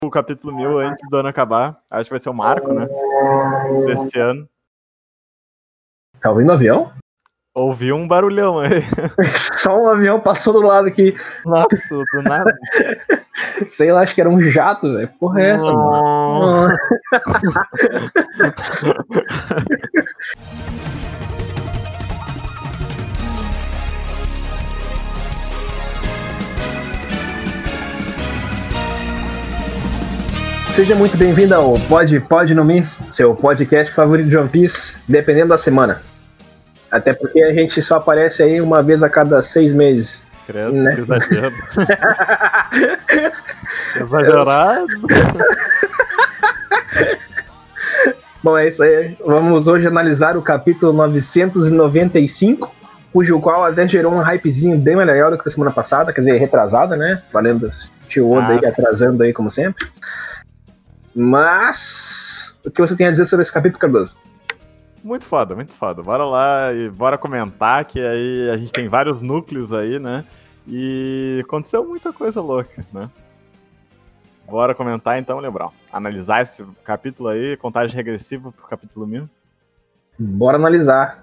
o capítulo 1000 antes do ano acabar. Acho que vai ser o marco, né? Desse ano. Tá ouvindo o avião? Ouvi um barulhão aí. Só um avião passou do lado aqui. Nossa, do nada. Sei lá, acho que era um jato, velho. Porra é essa, mano? Seja muito bem-vindo ao Pode No Mi, seu podcast favorito de One Piece, dependendo da semana. Até porque a gente só aparece aí uma vez a cada 6 meses. Credo, né? que exagero. Exagerado. Bom, é isso aí. Vamos hoje analisar o capítulo 995, cujo qual até gerou um hypezinho bem mais legal do que a semana passada, quer dizer, retrasada, né? Valendo tio Oda aí, atrasando aí, como sempre. Mas, o que você tem a dizer sobre esse capítulo, Cardoso? Muito foda, muito foda. Bora lá e bora comentar, que aí a gente tem vários núcleos aí, né? E aconteceu muita coisa louca, né? Bora comentar então, Lebrão. Analisar esse capítulo aí, contagem regressiva pro capítulo 1000. Bora analisar.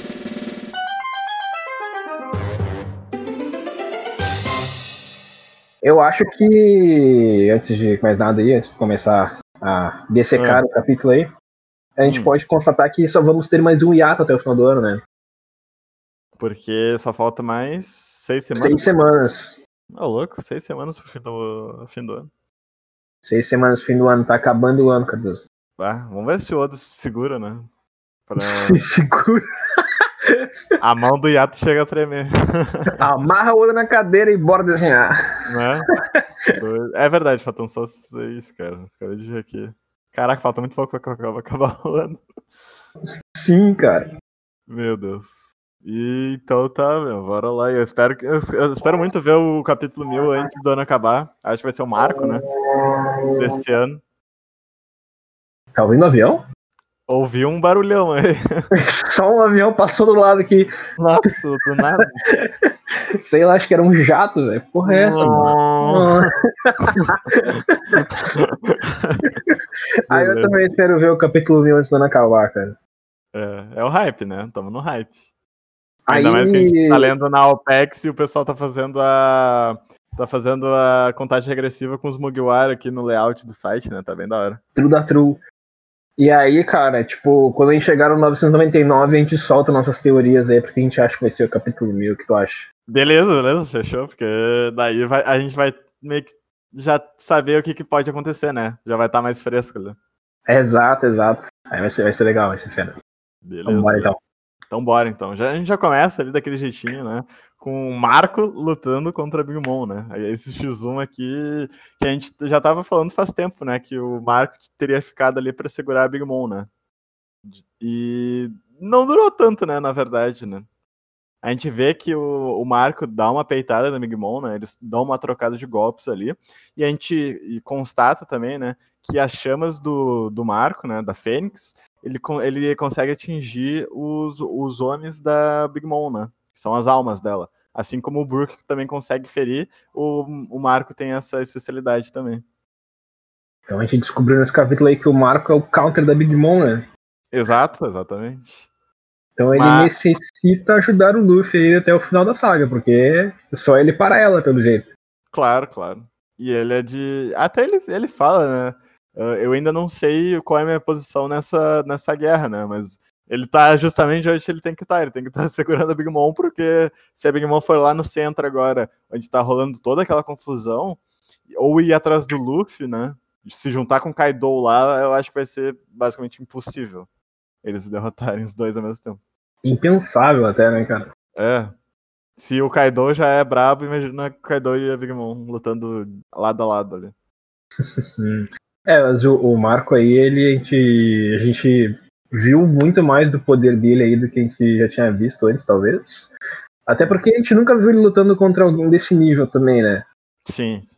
Eu acho que, antes de mais nada aí, antes de começar a dessecar o capítulo aí, a gente pode constatar que só vamos ter mais um hiato até o final do ano, né? Porque só falta mais 6 semanas. 6 semanas. Louco, 6 semanas pro fim do ano. 6 semanas pro fim do ano, tá acabando o ano, Cardoso. Vamos ver se o Oda se segura, né? Se segura. A mão do hiato chega a tremer. Amarra o Oda na cadeira e bora desenhar. Né? É verdade, faltam só 6, cara. Acabei de ver aqui. Caraca, falta muito pouco pra acabar o ano. Sim, cara. Meu Deus. E então tá, meu, bora lá. Eu espero muito ver o capítulo 1000 antes do ano acabar. Acho que vai ser o marco, né? Desse ano. Tá ouvindo o avião? Ouvi um barulhão aí. Só um avião passou do lado aqui. Nossa, do nada. Sei lá, acho que era um jato, velho. Porra é essa, mano? Aí eu também espero ver o capítulo 1000 antes do ano acabar, cara. É o hype, né? Tamo no hype. Ainda mais que a gente tá lendo na OPEX e o pessoal tá fazendo a contagem regressiva com os Mugiwara aqui no layout do site, né? Tá bem da hora. True da True. E aí, cara, tipo, quando a gente chegar no 999, a gente solta nossas teorias aí, porque a gente acha que vai ser o capítulo 1000, o que tu acha? Beleza, fechou, porque daí a gente vai meio que já saber o que pode acontecer, né? Já vai estar mais fresco, né? Exato. Aí vai ser legal, vai ser fera. Beleza. Então bora, então. Então bora, então. A gente já começa ali daquele jeitinho, né? Com o Marco lutando contra a Big Mom, né? Aí esse X1 aqui, que a gente já tava falando faz tempo, né? Que o Marco teria ficado ali pra segurar a Big Mom, né? E não durou tanto, né? Na verdade, né? A gente vê que o Marco dá uma peitada na Big Mom, né? Eles dão uma trocada de golpes ali. E a gente constata também, né? Que as chamas do Marco, né? Da Fênix, ele consegue atingir os homens da Big Mom, né? Que são as almas dela. Assim como o Brook também consegue ferir, o Marco tem essa especialidade também. Então a gente descobriu nesse capítulo aí que o Marco é o counter da Big Mom, né? Exatamente. Então ele necessita ajudar o Luffy aí até o final da saga, porque é só ele para ela, pelo jeito. Claro. E ele é de... Até ele fala, né? Eu ainda não sei qual é a minha posição nessa guerra, né? Mas ele tá justamente onde ele tem que estar. Ele tem que estar segurando a Big Mom, porque se a Big Mom for lá no centro agora, onde tá rolando toda aquela confusão, ou ir atrás do Luffy, né? Se juntar com o Kaido lá, eu acho que vai ser basicamente impossível eles derrotarem os dois ao mesmo tempo. Impensável até, né, cara? É. Se o Kaido já é brabo, imagina o Kaido e a Big Mom lutando lado a lado ali. Mas o Marco aí, a gente viu muito mais do poder dele aí do que a gente já tinha visto antes, talvez. Até porque a gente nunca viu ele lutando contra alguém desse nível também, né? Sim.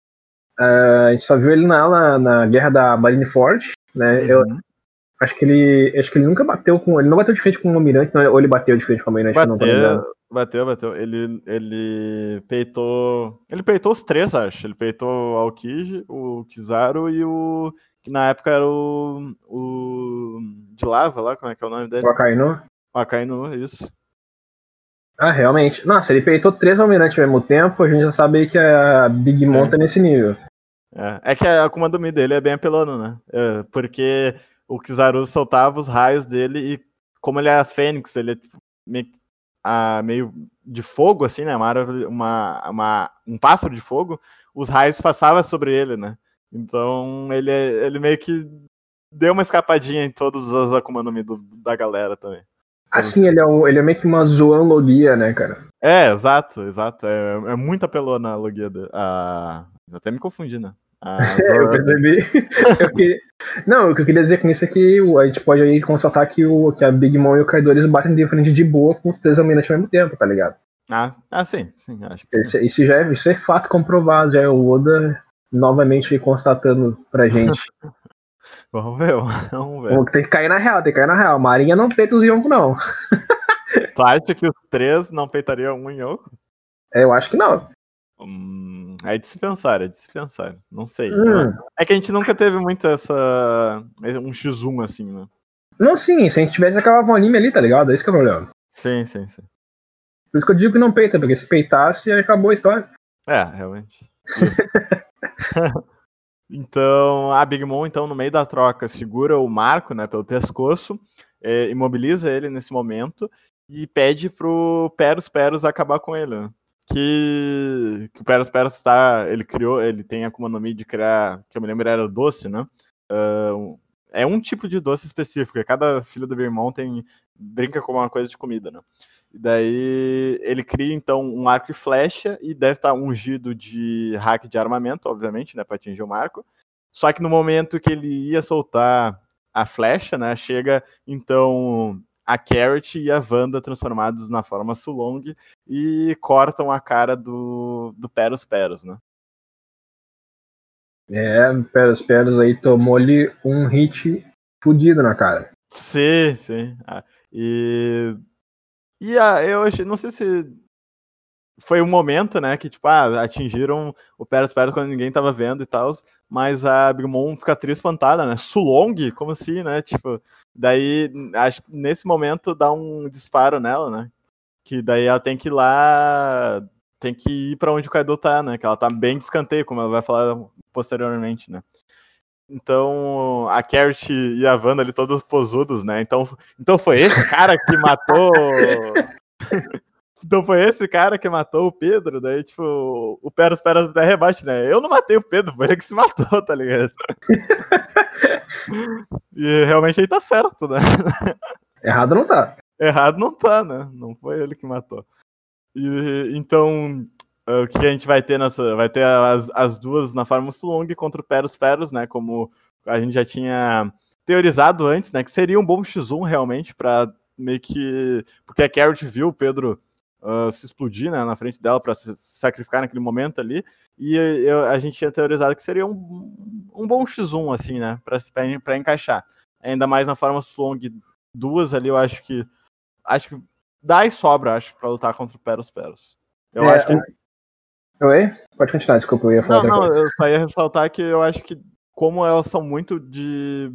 A gente só viu ele na guerra da Marineford, né? Eu acho que ele nunca bateu com... Ele não bateu de frente com o Almirante, ou ele bateu de frente com o Almirante, não tô lembrando. Bateu. Ele peitou os três, acho. Ele peitou o Aokiji, o Kizaru e o... que na época era o de lava lá, como é que é o nome dele? O Akainu. O Akainu, isso. Ah, realmente. Nossa, ele peitou 3 almirantes ao mesmo tempo, a gente já sabe que a Big Mom tá nesse nível. É que a Akuma no Mi dele é bem apelona, né? Porque o Kizaru soltava os raios dele e como ele é a Fênix, ele é meio de fogo, assim, né? Um pássaro de fogo, os raios passavam sobre ele, né? Então ele meio que deu uma escapadinha em todos os Akuma no Mi da galera também. Assim, ele é meio que uma Zoan Logia, né, cara? Exato. É muito apelona a Logia dele. Até me confundi, né? Eu percebi. Não, o que eu queria dizer com isso é que a gente pode aí constatar que a Big Mom e o Kaido eles batem de frente de boa com os 3 almirantes ao mesmo tempo, tá ligado? Sim, acho que sim. Isso é fato comprovado, já é o Oda novamente constatando pra gente. Vamos ver. Tem que cair na real, Marinha não peita os Yonko, não. Tu acha que os 3 não peitariam um Yonko? Eu acho que não. É de se pensar. Não sei. É que a gente nunca teve muito um X1 assim, né? Não, sim, se a gente tivesse acabava um anime ali, tá ligado? É isso que é o problema. Sim. Por isso que eu digo que não peita, porque se peitasse, acabou a história. Realmente. Então, a Big Mom, no meio da troca, segura o Marco, né, pelo pescoço, imobiliza ele nesse momento e pede pro Peros acabar com ele, né? Que o Peros ele tem a Akuma no Mi de criar, que eu me lembro era o doce, né? É um tipo de doce específico, cada filho do Big Mom brinca com uma coisa de comida, né? E daí ele cria, então, um arco e flecha e deve estar ungido de hack de armamento, obviamente, né, para atingir o Marco. Só que no momento que ele ia soltar a flecha, né, chega, então, a Carrot e a Wanda transformados na forma Sulong e cortam a cara do Peros, né? Peros aí tomou-lhe um hit fudido na cara. Sim. Eu não sei se foi um momento, né, que, tipo, atingiram o Peros quando ninguém tava vendo e tal, mas a Big Mom fica triste, espantada, né? Sulong? Como assim, né? Tipo, daí, acho que nesse momento dá um disparo nela, né? Que daí ela tem que ir lá, tem que ir pra onde o Kaido tá, né? Que ela tá bem de escanteio, como ela vai falar posteriormente, né? Então, a Carrot e a Wanda ali, todos posudos, né? Então foi esse cara que matou... Então foi esse cara que matou o Pedro, daí, tipo, o Peros até rebate, né? Eu não matei o Pedro, foi ele que se matou, tá ligado? E realmente aí tá certo, né? Errado não tá. Errado não tá, né? Não foi ele que matou. E então, o que a gente vai ter vai ter as duas na forma Sulong contra o Peros, né? Como a gente já tinha teorizado antes, né? Que seria um bom X1 realmente, pra meio que... Porque a Carrot viu o Pedro se explodir, né, na frente dela para se sacrificar naquele momento ali, e a gente tinha teorizado que seria um bom X1, assim, né, para encaixar. Ainda mais na forma Sulong duas ali, eu acho que dá e sobra, acho, para lutar contra o Peros. Eu acho que... Oi? Pode continuar, desculpa, eu ia falar outra coisa. Eu só ia ressaltar que eu acho que como elas são muito de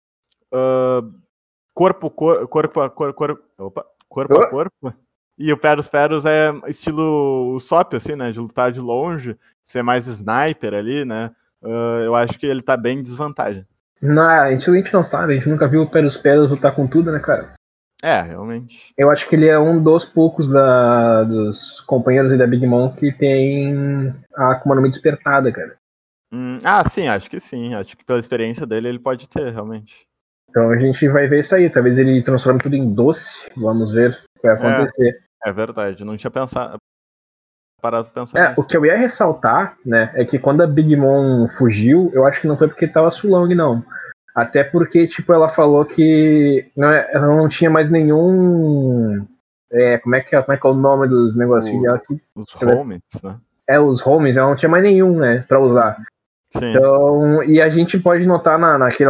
corpo a corpo, e o Peros é estilo Usopp, assim, né? De lutar de longe, ser mais sniper ali, né? Eu acho que ele tá bem em desvantagem. Não, a gente não sabe, a gente nunca viu o Peros lutar com tudo, né, cara? Realmente. Eu acho que ele é um dos poucos dos companheiros aí da Big Mom que tem a Akuma no Mi despertada, cara. Sim, acho que sim. Acho que pela experiência dele ele pode ter, realmente. Então a gente vai ver isso aí. Talvez ele transforme tudo em doce. Vamos ver o que vai acontecer. É verdade. Não tinha parado pra pensar nisso. O que eu ia ressaltar, né, é que quando a Big Mom fugiu, eu acho que não foi porque tava Sulong, não. Até porque, tipo, ela falou que ela não tinha mais nenhum... como é que é o nome dos negocinhos dela aqui? Os homies, né? Os homies, ela não tinha mais nenhum, né, pra usar. Sim. Então, e a gente pode notar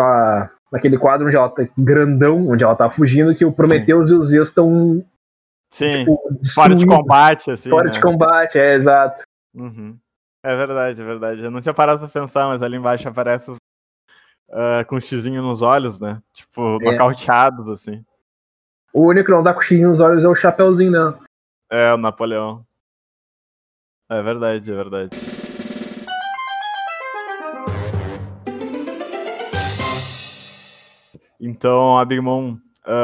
naquele quadro onde ela tá grandão, onde ela tá fugindo, que o Prometheus e o Zeus estão Sim, tipo, fora de destruído. combate, assim, Fora né? de combate, exato. Uhum. É verdade, é verdade. Eu não tinha parado pra pensar, mas ali embaixo aparece com um xizinho nos olhos, né? Tipo, nocauteados, assim. O único que não dá coxinha nos olhos é o Chapeuzinho, né? É, o Napoleão. É verdade, é verdade. Então, a Big Mom,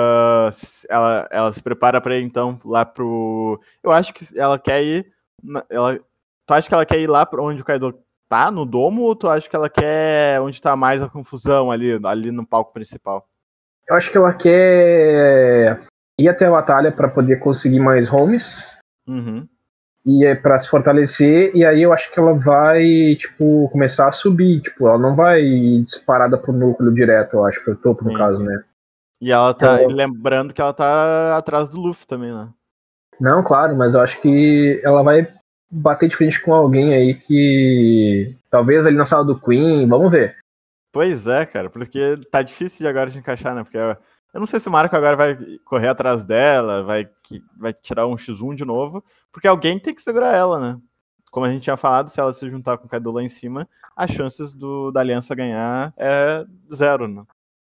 ela se prepara pra ir, então, lá pro... Eu acho que ela quer ir... Tu acha que ela quer ir lá pra onde o Kaido tá, no domo, ou tu acha que ela quer onde tá mais a confusão, ali no palco principal? Eu acho que ela quer ir até a batalha pra poder conseguir mais homes. Uhum. E é pra se fortalecer, e aí eu acho que ela vai, tipo, começar a subir, tipo, ela não vai ir disparada pro núcleo direto, eu acho, pro topo, no caso, né? E ela tá, e lembrando que ela tá atrás do Luffy também, né? Não, claro, mas eu acho que ela vai bater de frente com alguém aí que, talvez ali na sala do Queen, vamos ver. Pois é, cara, porque tá difícil de agora de encaixar, né? Porque eu não sei se o Marco agora vai correr atrás dela, vai tirar um X1 de novo, porque alguém tem que segurar ela, né? Como a gente tinha falado, se ela se juntar com o Kaido lá em cima, as chances da Aliança ganhar é 0, né?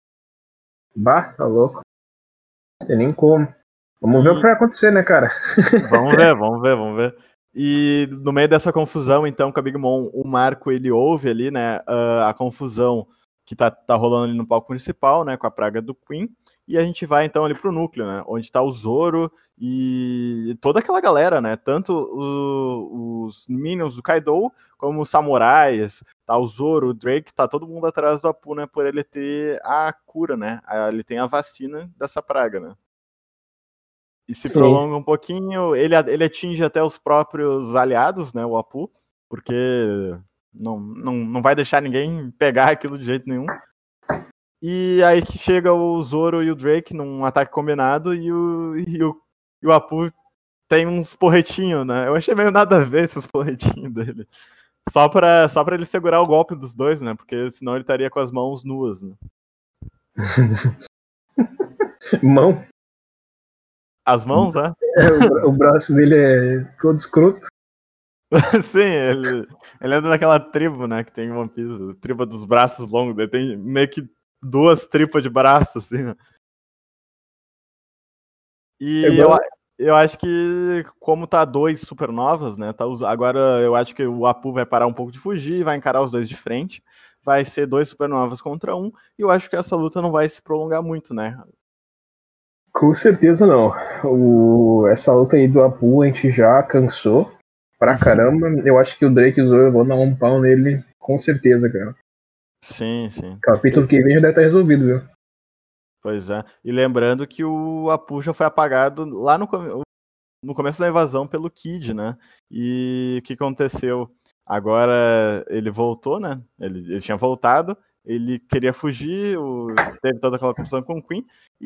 Bah, tá louco. Não tem nem como. Vamos ver o que vai acontecer, né, cara? Vamos ver, vamos ver, vamos ver. E no meio dessa confusão, então, com a Big Mom, o Marco, ele ouve ali, né, a confusão que tá rolando ali no palco principal, né, com a praga do Queen, e a gente vai, então, ali pro núcleo, né, onde tá o Zoro e toda aquela galera, né, tanto os minions do Kaido, como os samurais, tá o Zoro, o Drake, tá todo mundo atrás do Apu, né, por ele ter a cura, né, ele tem a vacina dessa praga, né. E se prolonga um pouquinho, ele atinge até os próprios aliados, né, o Apu, porque não vai deixar ninguém pegar aquilo de jeito nenhum. E aí que chega o Zoro e o Drake num ataque combinado e o Apu tem uns porretinhos, né? Eu achei meio nada a ver esses porretinhos dele. Só pra ele segurar o golpe dos dois, né? Porque senão ele estaria com as mãos nuas, né? Mão? As mãos, né? O braço dele é todo escroto. Sim, ele é daquela tribo, né, que tem em One Piece, tribo dos braços longos, ele tem meio que 2 tripas de braço, assim, né? E eu acho que, como tá 2 supernovas, né, agora eu acho que o Apu vai parar um pouco de fugir, vai encarar os dois de frente, vai ser 2 supernovas contra 1, e eu acho que essa luta não vai se prolongar muito, né? Com certeza não. Essa luta aí do Apu a gente já cansou pra caramba. Eu acho que o Drake e o Zoro vão dar um pau nele, com certeza, cara. Sim, sim. O capítulo que vem já deve estar resolvido, viu? Pois é. E lembrando que o Apu já foi apagado lá no começo da invasão pelo Kid, né? E o que aconteceu? Agora ele voltou, né? Ele tinha voltado, ele queria fugir, teve toda aquela confusão com o Queen,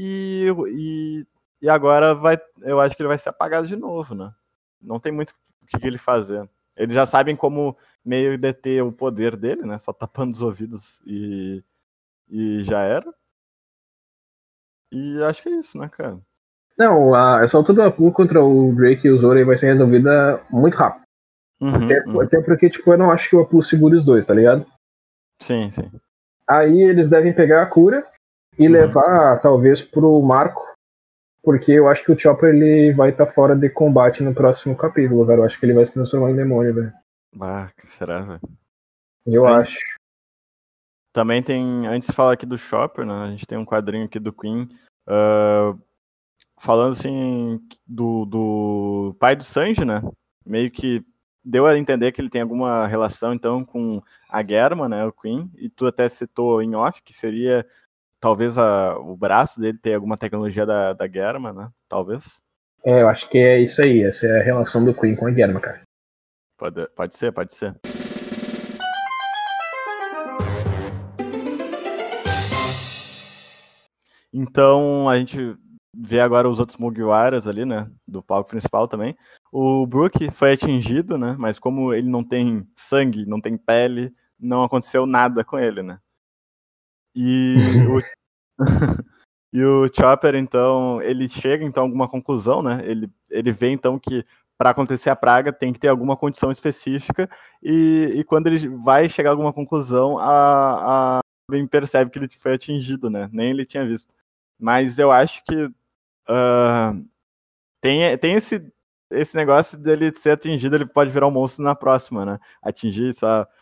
e agora eu acho que ele vai ser apagado de novo, né? Não tem muito o que ele fazer. Eles já sabem como meio deter o poder dele, né? Só tapando os ouvidos e já era. E acho que é isso, né, cara? Não, essa luta do Apu contra o Drake e o Zoro aí vai ser resolvida muito rápido. Até porque, tipo, eu não acho que o Apu segure os dois, tá ligado? Sim, sim. Aí eles devem pegar a cura e levar, talvez, pro Marco, porque eu acho que o Chopper ele vai estar fora de combate no próximo capítulo, velho. Eu acho que ele vai se transformar em demônio, velho. Será, velho? Eu acho. Também tem, antes de falar aqui do Chopper, né, a gente tem um quadrinho aqui do Queen, falando assim, do pai do Sanji, né, meio que deu a entender que ele tem alguma relação, então, com a Germa, né, o Queen, e tu até citou em off, que seria, talvez, o braço dele ter alguma tecnologia da Germa, né, talvez. Eu acho que é isso aí, essa é a relação do Queen com a Germa, cara. Pode ser, pode ser. Então, a gente vê agora os outros Mugiwaras ali, né, do palco principal também. O Brook foi atingido, né, mas como ele não tem sangue, não tem pele, não aconteceu nada com ele, né. E E o Chopper, então, ele chega então a alguma conclusão, né? Ele vê então que para acontecer a praga tem que ter alguma condição específica, e quando ele vai chegar a alguma conclusão, a Ben percebe que ele foi atingido, né? Nem ele tinha visto. Mas eu acho que tem esse negócio dele ser atingido, ele pode virar um monstro na próxima, né? Atingir,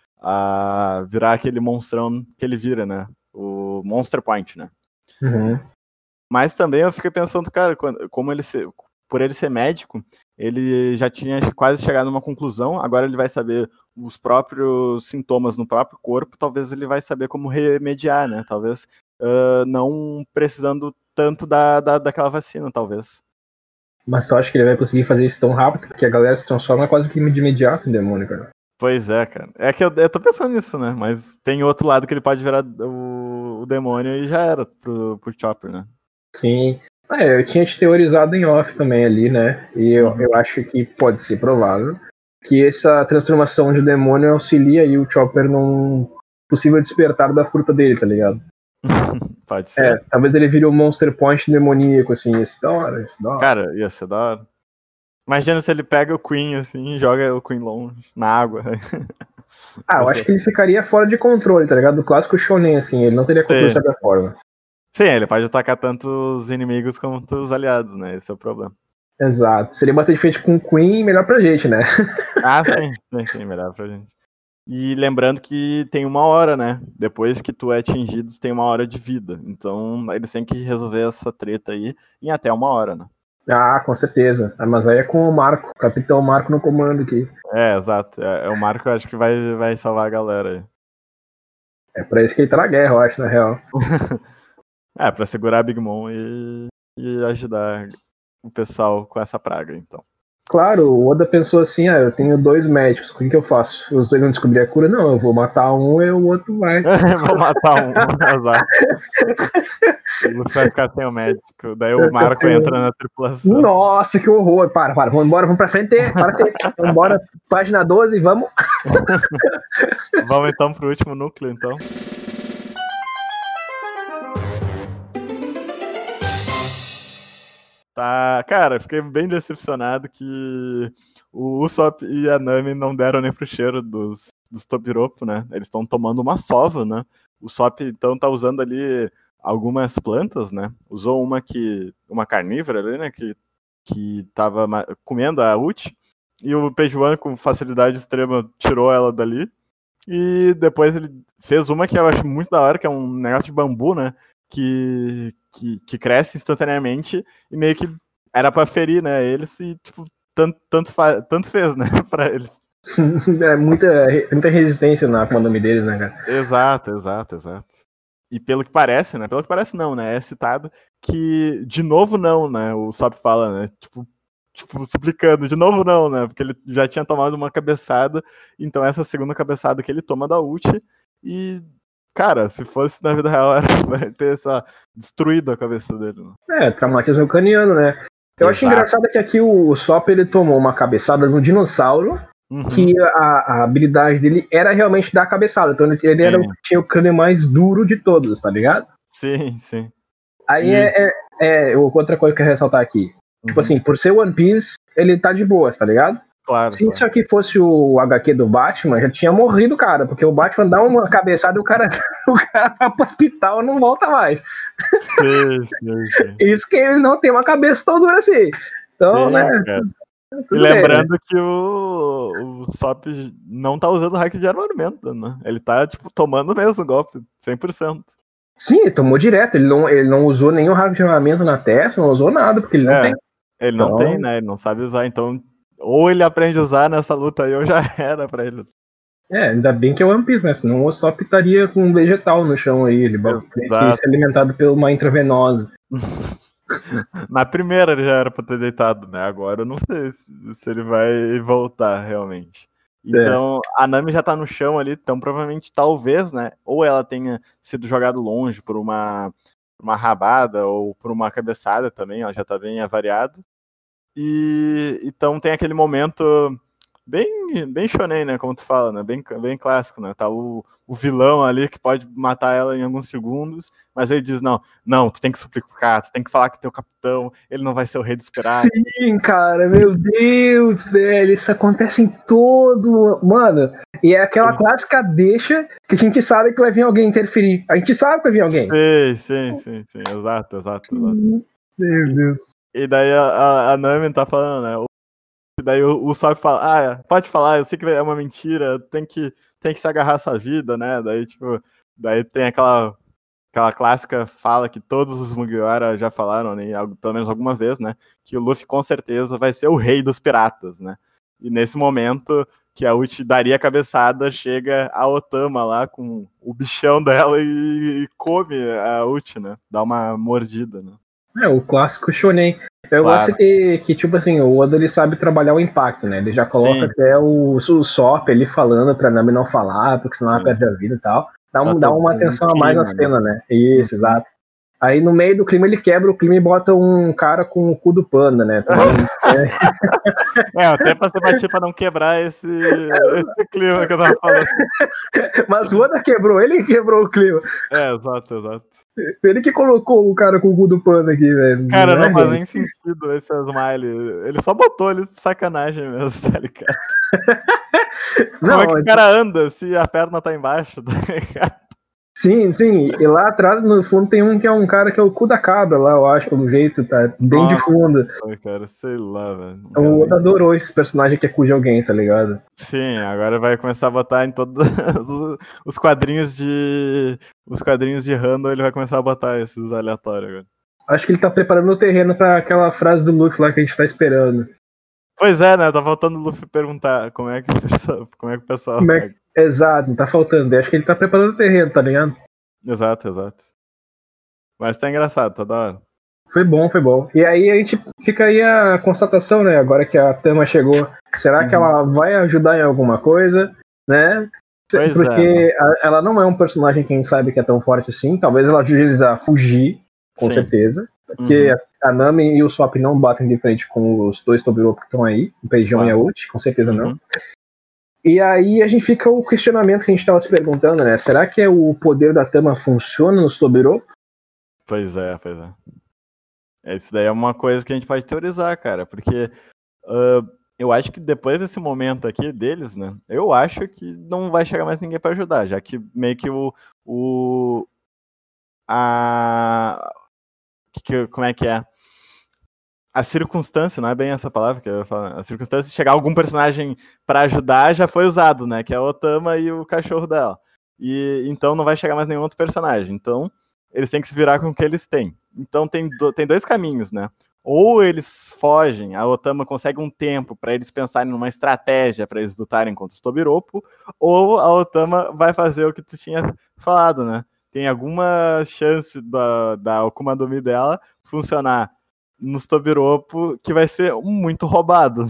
virar aquele monstrão que ele vira, né? O Monster Point, né? Uhum. Mas também eu fiquei pensando, cara, por ele ser médico, ele já tinha quase chegado numa conclusão, agora ele vai saber os próprios sintomas no próprio corpo, talvez ele vai saber como remediar, né? Talvez não precisando tanto daquela vacina, talvez. Mas tu acha que ele vai conseguir fazer isso tão rápido? Porque a galera se transforma quase que de imediato em demônio, cara. Pois é, cara. É que eu tô pensando nisso, né? Mas tem outro lado que ele pode virar o demônio e já era pro Chopper, né? Sim. Eu tinha te teorizado em off também ali, né? E eu acho que pode ser provável que essa transformação de demônio auxilia aí o Chopper num possível despertar da fruta dele, tá ligado? Pode ser. Talvez ele vire um Monster Point demoníaco, assim, esse da hora. Cara, ia ser da hora. Imagina se ele pega o Queen, assim, e joga o Queen longe, na água. Eu acho que ele ficaria fora de controle, tá ligado? O clássico shonen, assim, ele não teria controle de certa forma. Sim, ele pode atacar tanto os inimigos quanto os aliados, né? Esse é o problema. Exato. Se ele bater de frente com o Queen, melhor pra gente, né? Sim, melhor pra gente. E lembrando que tem 1 hora, né? Depois que tu é atingido, tem 1 hora de vida. Então, eles têm que resolver essa treta aí em até 1 hora, né? Com certeza. Mas aí é com o Marco, o Capitão Marco no comando aqui. Exato. É o Marco, eu acho que vai salvar a galera aí. É pra isso que ele tá na guerra, eu acho, na real. Pra segurar a Big Mom e ajudar o pessoal com essa praga, então. Claro, o Oda pensou assim, eu tenho 2 médicos, o que eu faço? Os 2 vão descobrir a cura? Não, eu vou matar um e o outro vai. Vou matar um, exato. O Luffy vai ficar sem o médico, daí o Marco entra na tripulação. Nossa, que horror! Para, vamos embora, vamos pra frente, vamos embora, página 12, vamos. Vamos então pro último núcleo, então. Tá, cara, fiquei bem decepcionado que o Usopp e a Nami não deram nem pro cheiro dos Tobiropo, né? Eles estão tomando uma sova, né? O Usopp, então, tá usando ali algumas plantas, né? Usou uma carnívora ali, né? Que tava comendo a Uchi, e o Pejuan, com facilidade extrema, tirou ela dali. E depois ele fez uma que eu acho muito da hora, que é um negócio de bambu, né? Que cresce instantaneamente e meio que era pra ferir, né? Eles e, tipo, tanto fez, né? Pra eles. É muita resistência na nome deles, né, cara? Exato. E pelo que parece, né? Pelo que parece, não, né? É citado que de novo não, né? O Sop fala, né? Tipo, suplicando, de novo não, né? Porque ele já tinha tomado uma cabeçada, então essa segunda cabeçada que ele toma da Uchi, e, cara, se fosse na vida real, era pra ter destruído a cabeça dele. Né? Traumatismo craniano, né? Eu acho engraçado que aqui o Sop, ele tomou uma cabeçada no dinossauro, que a habilidade dele era realmente dar a cabeçada, então ele tinha o crânio mais duro de todos, tá ligado? Sim. Aí outra coisa que eu quero ressaltar aqui. Tipo assim, por ser One Piece, ele tá de boas, tá ligado? Claro. Se isso aqui fosse o HQ do Batman, já tinha morrido o cara, porque o Batman dá uma cabeçada e o cara vai pro hospital e não volta mais. Sim. Isso que ele não tem uma cabeça tão dura assim. Então, sim, né? E lembrando que o Sop não tá usando hack de armamento, né? Ele tá, tipo, tomando mesmo o golpe, 100%. Sim, ele tomou direto, ele não usou nenhum hack de armamento na testa, não usou nada, porque ele não tem. Ele não tem, né? Ele não sabe usar, então ou ele aprende a usar nessa luta aí, ou já era pra eles. Ainda bem que é One Piece, né? Senão o Sop estaria com um vegetal no chão aí, ele teria que ser alimentado por uma intravenosa. Na primeira ele já era pra ter deitado, né? Agora eu não sei se ele vai voltar realmente. Então, a Nami já tá no chão ali, então provavelmente, talvez, né? Ou ela tenha sido jogada longe por uma rabada ou por uma cabeçada também, ela já tá bem avariada. E então tem aquele momento bem shonen, né, como tu fala, né, bem clássico, né, tá o vilão ali que pode matar ela em alguns segundos, mas ele diz, não, tu tem que suplicar, tu tem que falar que teu capitão, ele não vai ser o rei dos piratas. Sim, cara, meu Deus, velho, isso acontece em todo... Mano, e é aquela clássica deixa que a gente sabe que vai vir alguém interferir. A gente sabe que vai vir alguém. Sim, exato. Meu Deus. E daí a Nami tá falando, né, e daí o Usopp fala, pode falar, eu sei que é uma mentira, tem que se agarrar à sua vida, né, daí tem aquela clássica fala que todos os Mugiwara já falaram, né, pelo menos alguma vez, né, que o Luffy com certeza vai ser o rei dos piratas, né, e nesse momento que a Uchi daria a cabeçada, chega a Otama lá com o bichão dela e come a Uchi, né, dá uma mordida, né. É, o clássico shonen. Eu gosto que, tipo assim, o Oda ele sabe trabalhar o impacto, né? Ele já coloca até o Sop ali falando pra Nami não falar, porque senão ela perde a vida e tal. Dá uma atenção a mais na cena, né? Isso, exato. Aí no meio do clima ele quebra o clima e bota um cara com o cu do panda, né? Até pra ser batido pra não quebrar esse clima que eu tava falando. Mas o Oda quebrou, ele quebrou o clima. Exato. Ele que colocou o cara com o cu do panda aqui, velho. Cara, não faz nem sentido esse Smile. Ele só botou ele de sacanagem mesmo, tá ligado? Como é que o cara anda se a perna tá embaixo, tá ligado? Sim, e lá atrás, no fundo, tem um que é um cara que é o cu da cabra lá, eu acho, pelo jeito, tá bem de fundo. Cara, sei lá, velho. O Oda adorou esse personagem que é cu de alguém, tá ligado? Sim, agora vai começar a botar em todos os quadrinhos de... Os quadrinhos de random, ele vai começar a botar esses aleatórios agora. Acho que ele tá preparando o terreno pra aquela frase do Luffy lá que a gente tá esperando. Pois é, né? Tá faltando o Luffy perguntar como é que o pessoal... Exato, tá faltando. Acho que ele tá preparando o terreno, tá ligado? Exato. Mas tá engraçado, tá da hora. Foi bom. E aí a gente fica aí a constatação, né? Agora que a Tama chegou, será que ela vai ajudar em alguma coisa, né? Porque ela não é um personagem que a gente sabe que é tão forte assim. Talvez ela ajude eles a fugir, com certeza. Porque a Nami e o Sop não batem de frente com os dois Tobiropo que estão aí, o Peijão e a Uchi, com certeza não. E aí a gente fica o questionamento que a gente estava se perguntando, né? Será que o poder da Tama funciona nos Tobiropo? Pois é. Isso daí é uma coisa que a gente pode teorizar, cara, porque eu acho que depois desse momento aqui deles, né, eu acho que não vai chegar mais ninguém para ajudar, já que meio que como é que é? A circunstância, não é bem essa palavra que eu ia falar, a circunstância de chegar algum personagem para ajudar já foi usado, né, que é a Otama e o cachorro dela, e então não vai chegar mais nenhum outro personagem, então eles têm que se virar com o que eles têm. Então tem dois caminhos, né? Ou eles fogem, a Otama consegue um tempo para eles pensarem numa estratégia para eles lutarem contra os Tobiropo, ou a Otama vai fazer o que tu tinha falado, né? Tem alguma chance da Akuma no Mi dela funcionar nos Tobiropo que vai ser muito roubado.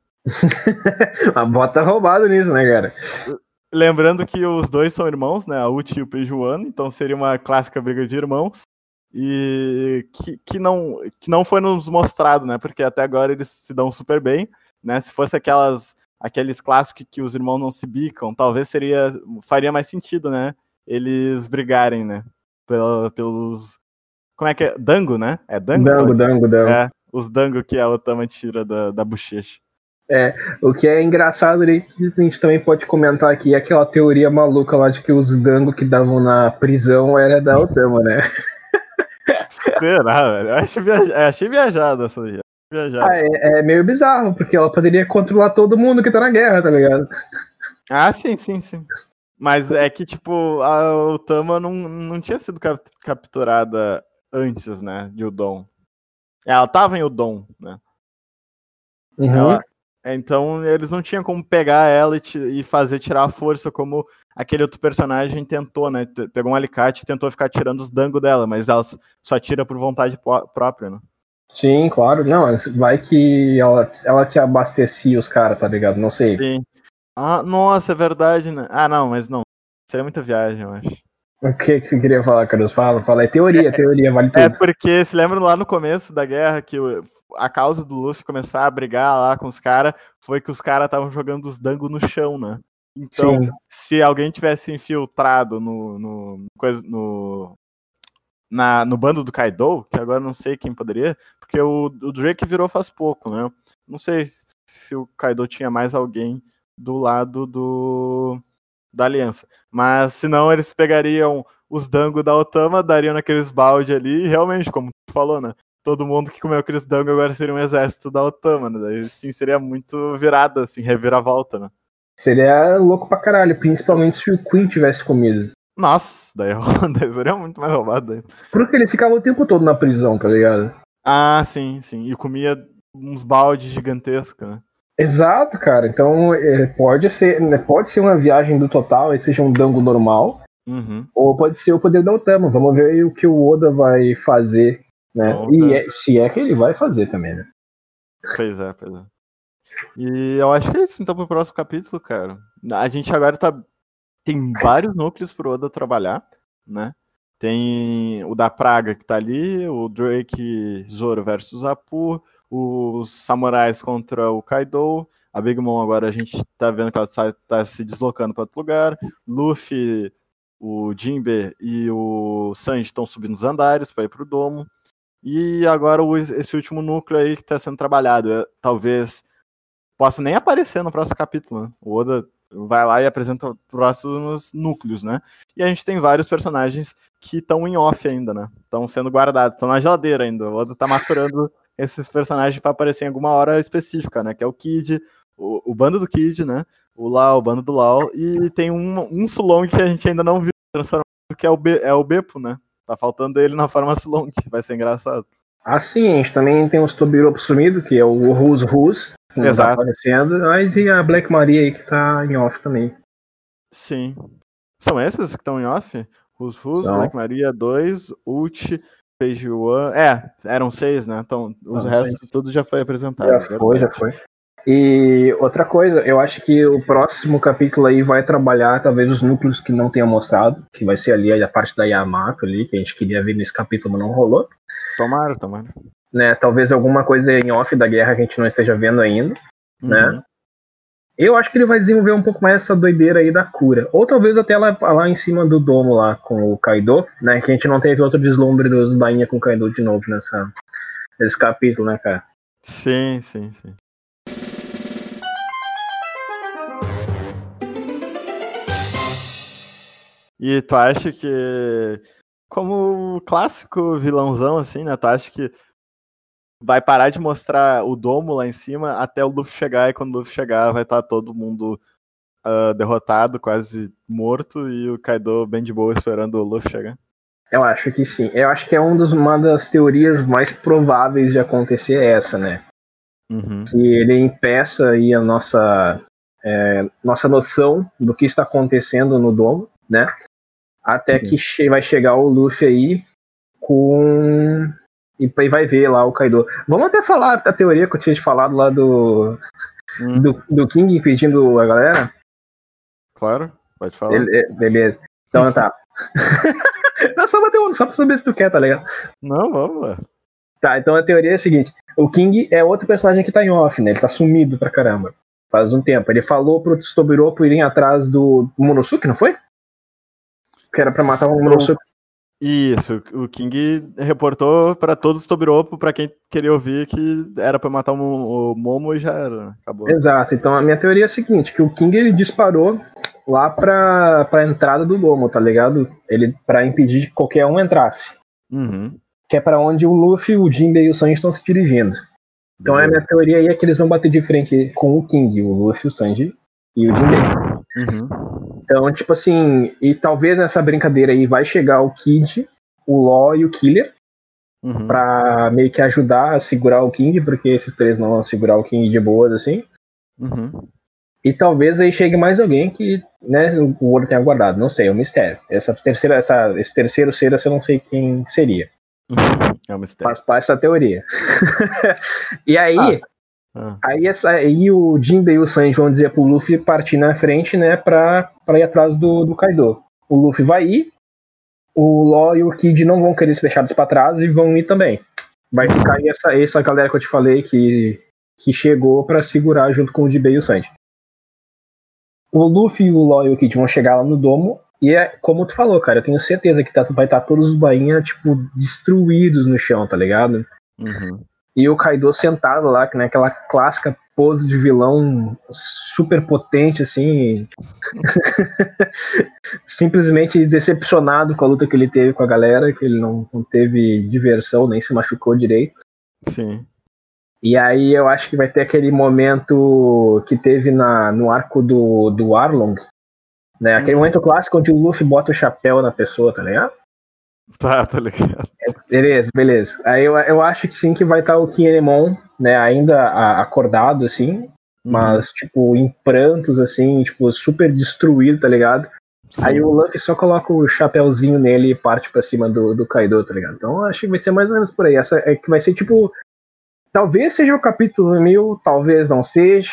A bota roubado nisso, né, cara? Lembrando que os dois são irmãos, né? A Uchi e o Peijuano, então seria uma clássica briga de irmãos. E que não foi nos mostrado, né? Porque até agora eles se dão super bem, né? Se fosse aqueles clássicos que os irmãos não se bicam, talvez faria mais sentido, né? Eles brigarem, né? Pelos... Como é que é? Dango, né? É dango? Dango. É, os dango que a Otama tira da bochecha. O que é engraçado ali, que a gente também pode comentar aqui, é aquela teoria maluca lá de que os dango que davam na prisão era da Otama, né? Será, velho? Achei viajado essa aí. É meio bizarro, porque ela poderia controlar todo mundo que tá na guerra, tá ligado? Ah, sim. Mas é que, tipo, a Otama não tinha sido capturada antes, né, de Udon. Ela tava em Udon, né? Então eles não tinham como pegar ela e fazer tirar a força como aquele outro personagem tentou, né? Pegou um alicate e tentou ficar tirando os dangos dela, mas ela só tira por vontade própria, né? Sim, claro. Não, vai que ela que abastecia os caras, tá ligado? Não sei. Sim. Ah, nossa, é verdade, né? Ah, não, mas não. Seria muita viagem, eu acho. O que você queria falar, Carlos? Fala. É teoria, vale tudo. É porque, se lembra lá no começo da guerra, que a causa do Luffy começar a brigar lá com os caras foi que os caras estavam jogando os dangos no chão, né? Então, Sim. se alguém tivesse infiltrado no bando do Kaido, que agora não sei quem poderia, porque o Drake virou faz pouco, né? Não sei se o Kaido tinha mais alguém do lado da aliança. Mas se não, eles pegariam os dangos da Otama, dariam naqueles balde ali, e realmente, como tu falou, né? Todo mundo que comeu aqueles dangos agora seria um exército da Otama, né? Daí sim seria muito virada, assim, reviravolta, né? Seria louco pra caralho, principalmente se o Queen tivesse comido. Nossa, daí seria muito mais roubado ainda. Porque ele ficava o tempo todo na prisão, tá ligado? Ah, sim. E comia uns baldes gigantescos, né? Exato, cara. Então pode ser uma viagem do total, e seja um dango normal, ou pode ser o poder da Otama. Vamos ver aí o que o Oda vai fazer, né? Se é que ele vai fazer também, né? Pois é. E eu acho que é isso, então, pro próximo capítulo, cara. A gente agora tem vários núcleos pro Oda trabalhar, né? Tem o da Praga que tá ali, o Drake Zoro versus Apu, os samurais contra o Kaido, a Big Mom agora a gente tá vendo que ela tá se deslocando para outro lugar, Luffy, o Jinbe e o Sanji estão subindo os andares para ir pro domo, e agora esse último núcleo aí que tá sendo trabalhado, talvez possa nem aparecer no próximo capítulo, né? O Oda vai lá e apresenta os próximos núcleos, né? E a gente tem vários personagens que estão em off ainda, né? Estão sendo guardados, estão na geladeira ainda. O Oda tá maturando esses personagens para aparecer em alguma hora específica, né? Que é o Kid, o bando do Kid, né? O Lau, o bando do Lau. E tem um Sulong que a gente ainda não viu transformado, que é o Beppo, né? Tá faltando ele na forma Sulong, que vai ser engraçado. Ah, sim, a gente também tem os Tobiropo sumido, que é o Rus, que não tá aparecendo, mas e a Black Maria aí que tá em off também. Sim. São esses que estão em off? Rus, Black Maria 2, Ult, Page One. Eram 6, né? Então, os restos tudo já foi apresentado. Já foi. E outra coisa, eu acho que o próximo capítulo aí vai trabalhar talvez os núcleos que não tenham mostrado, que vai ser ali a parte da Yamato ali, que a gente queria ver nesse capítulo, mas não rolou. Tomara. Né, talvez alguma coisa em off da guerra que a gente não esteja vendo ainda, né? Eu acho que ele vai desenvolver um pouco mais essa doideira aí da cura. Ou talvez até lá em cima do domo lá com o Kaido, né? Que a gente não teve outro deslumbre dos bainha com o Kaido de novo nesse capítulo, né, cara? Sim. E tu acha que, como clássico vilãozão, assim, né? Tu acha que vai parar de mostrar o domo lá em cima até o Luffy chegar, e quando o Luffy chegar vai estar todo mundo derrotado, quase morto, e o Kaido bem de boa esperando o Luffy chegar? Eu acho que sim. Eu acho que é uma das teorias mais prováveis de acontecer essa, né? Que ele impeça aí a nossa noção do que está acontecendo no domo, né? Até que vai chegar o Luffy aí e vai ver lá o Kaido. Vamos até falar da teoria que eu tinha te falado lá do King impedindo a galera? Claro, pode falar. Beleza. Então tá. Não, só pra saber se tu quer, tá ligado? Não, vamos lá. Tá, então a teoria é a seguinte. O King é outro personagem que tá em off, né? Ele tá sumido pra caramba. Faz um tempo. Ele falou pro Tobiropo irem atrás do Momonosuke, não foi? Que era pra matar o Momonosuke. Isso, o King reportou pra todos os Tobiropo, pra quem queria ouvir, que era pra matar o Momo e já era, acabou. Exato, então a minha teoria é a seguinte, que o King ele disparou lá pra entrada do Momo, tá ligado? Ele pra impedir que qualquer um entrasse. Que é pra onde o Luffy, o Jinbe e o Sanji estão se dirigindo. Então a minha teoria aí é que eles vão bater de frente com o King, o Luffy, o Sanji e o Jinbe. Então, tipo assim, e talvez nessa brincadeira aí vai chegar o Kid, o Law e o Killer pra meio que ajudar a segurar o King, porque esses três não vão segurar o King de boas, assim. E talvez aí chegue mais alguém que, né, o Ouro tenha guardado, não sei, é um mistério. Esse terceiro ser, eu não sei quem seria. É um mistério. Faz parte da teoria. E aí... Aí o Jinbe e o Sanji vão dizer pro Luffy partir na frente, né, pra ir atrás do Kaido. O Luffy vai ir, o Law e o Kid não vão querer ser deixados pra trás e vão ir também. Vai ficar aí essa galera que eu te falei que chegou pra segurar junto com o Jinbei e o Sanji. O Luffy, o Law e o Kid vão chegar lá no domo e é como tu falou, cara, eu tenho certeza que vai estar todos os bainha, tipo, destruídos no chão, tá ligado? Uhum. E o Kaido sentado lá, que naquela clássica pose de vilão super potente, assim, simplesmente decepcionado com a luta que ele teve com a galera, que ele não teve diversão, nem se machucou direito. Sim. E aí eu acho que vai ter aquele momento que teve no arco do Arlong, né? Aquele momento clássico onde o Luffy bota o chapéu na pessoa, tá ligado? Tá ligado. Beleza. Aí eu acho que sim, que vai estar o Kinemon, né, ainda acordado, assim, mas, tipo, em prantos, assim, tipo, super destruído, tá ligado? Sim. Aí o Luffy só coloca o chapéuzinho nele e parte pra cima do Kaido, tá ligado? Então acho que vai ser mais ou menos por aí. Essa é que vai ser, tipo, talvez seja o capítulo 1000, talvez não seja,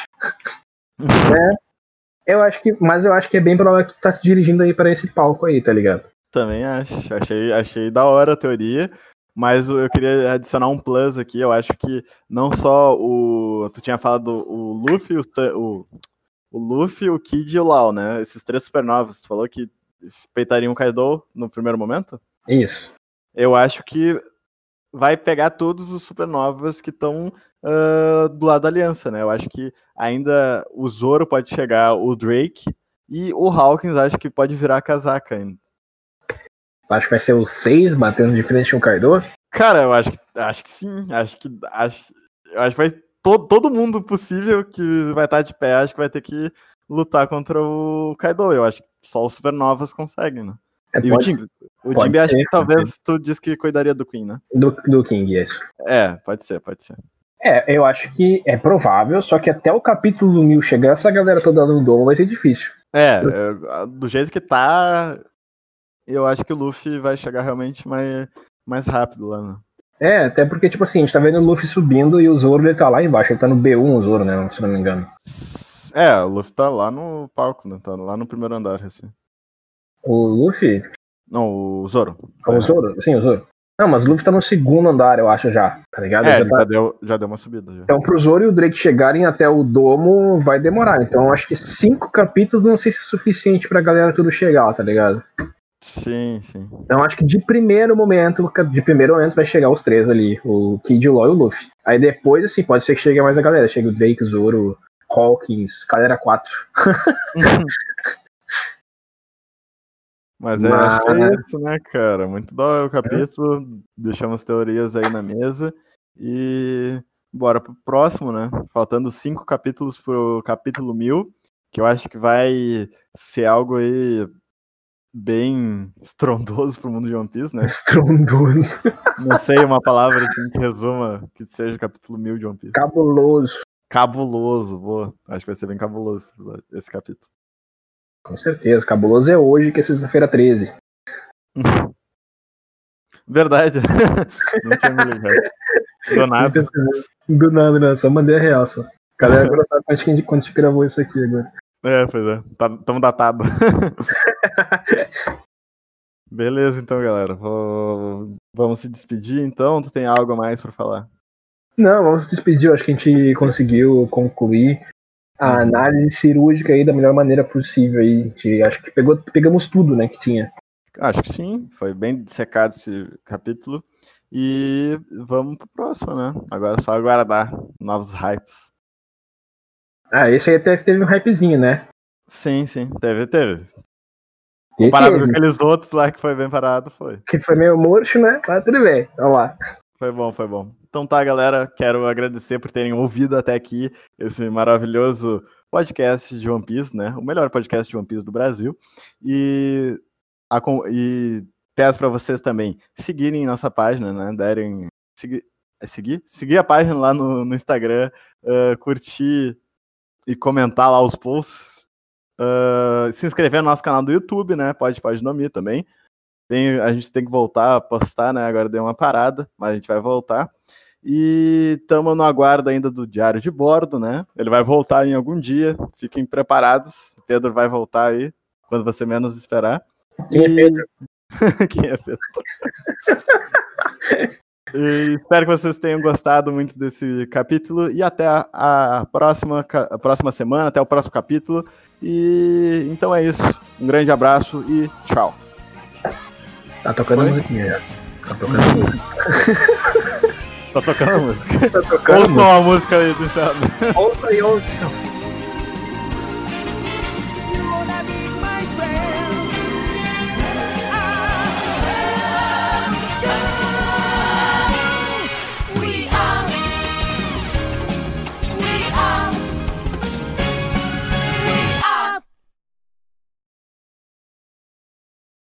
né? Mas eu acho que é bem provável que tá se dirigindo aí pra esse palco aí, tá ligado? Também achei da hora a teoria, mas eu queria adicionar um plus aqui. Eu acho que não só tu tinha falado o Luffy, o Luffy, o Kid e o Law, né? Esses 3 supernovas, tu falou que peitariam o Kaido no primeiro momento? Isso. Eu acho que vai pegar todos os supernovas que estão do lado da aliança, né? Eu acho que ainda o Zoro pode chegar, o Drake e o Hawkins acho que pode virar casaca ainda. Acho que vai ser o 6 batendo de frente com o Kaido? Cara, eu acho que sim. Acho que vai todo mundo possível que vai estar de pé, acho que vai ter que lutar contra o Kaido. Eu acho que só os supernovas conseguem, né? E o Jinbe acho que talvez tu disse que cuidaria do Queen, né? Do King, isso. Pode ser. Eu acho que é provável, só que até o capítulo 1000 chegar, essa galera toda no domo vai ser difícil. Do jeito que tá, eu acho que o Luffy vai chegar realmente mais rápido lá, né? Até porque, tipo assim, a gente tá vendo o Luffy subindo e o Zoro, ele tá lá embaixo, ele tá no B1, o Zoro, né, se não me engano. O Luffy tá lá no palco, né, tá lá no primeiro andar, assim. O Luffy? Não, o Zoro. O Zoro? Sim, o Zoro. Não, mas o Luffy tá no segundo andar, eu acho, já, tá ligado? Já deu uma subida. Já. Então, pro Zoro e o Drake chegarem até o domo, vai demorar. Então, acho que 5 capítulos não sei se é suficiente pra galera tudo chegar, tá ligado? Sim. Então, acho que de primeiro momento vai chegar os 3 ali, o Kid, o Law e o Luffy. Aí depois, assim, pode ser que chegue mais a galera. Chega o Drake, o Zoro, Hawkins, galera 4. Mas acho que é isso, né, cara? Muito da hora o capítulo. Deixamos teorias aí na mesa. E bora pro próximo, né? Faltando 5 capítulos pro capítulo 1000, que eu acho que vai ser algo aí bem estrondoso pro mundo de One Piece, né? Estrondoso. Não sei uma palavra assim, que resuma que seja o capítulo 1000 de One Piece. Cabuloso, boa. Acho que vai ser bem cabuloso esse capítulo. Com certeza, cabuloso é hoje, que é sexta-feira 13. Verdade. Não tinha me ligado. Do nada, né? Só mandei a real, só. Galera, agora sabe quando a gente gravou isso aqui agora. Pois é. Tamo datado. Beleza, então, galera. Vamos se despedir, então? Tu tem algo a mais pra falar? Não, vamos se despedir. Eu acho que a gente conseguiu concluir a análise cirúrgica aí da melhor maneira possível. Aí. Acho que pegamos tudo, né, que tinha. Acho que sim. Foi bem dissecado esse capítulo. E vamos pro próximo, né? Agora é só aguardar novos hypes. Esse aí até teve um hypezinho, né? Sim, teve. Comparado com aqueles outros lá que foi bem parado, foi. Que foi meio murcho, né? Mas tudo bem, vamos lá. Foi bom. Então tá, galera, quero agradecer por terem ouvido até aqui esse maravilhoso podcast de One Piece, né? O melhor podcast de One Piece do Brasil. E peço para vocês também seguirem nossa página, né? Seguir a página lá no Instagram, curtir e comentar lá os posts. Se inscrever no nosso canal do YouTube, né? Pode Nomir também. A gente tem que voltar a postar, né? Agora deu uma parada, mas a gente vai voltar. E estamos no aguardo ainda do Diário de Bordo, né? Ele vai voltar em algum dia. Fiquem preparados. Pedro vai voltar aí, quando você menos esperar. Quem é Pedro? Quem é Petor? E espero que vocês tenham gostado muito desse capítulo e até a próxima semana, até o próximo capítulo. E então é isso. Um grande abraço e tchau. Tá tocando musiquinha. Tá tocando música. Tá tocando a música. Tá tocando ouça a música aí do céu. Ouça e ouça.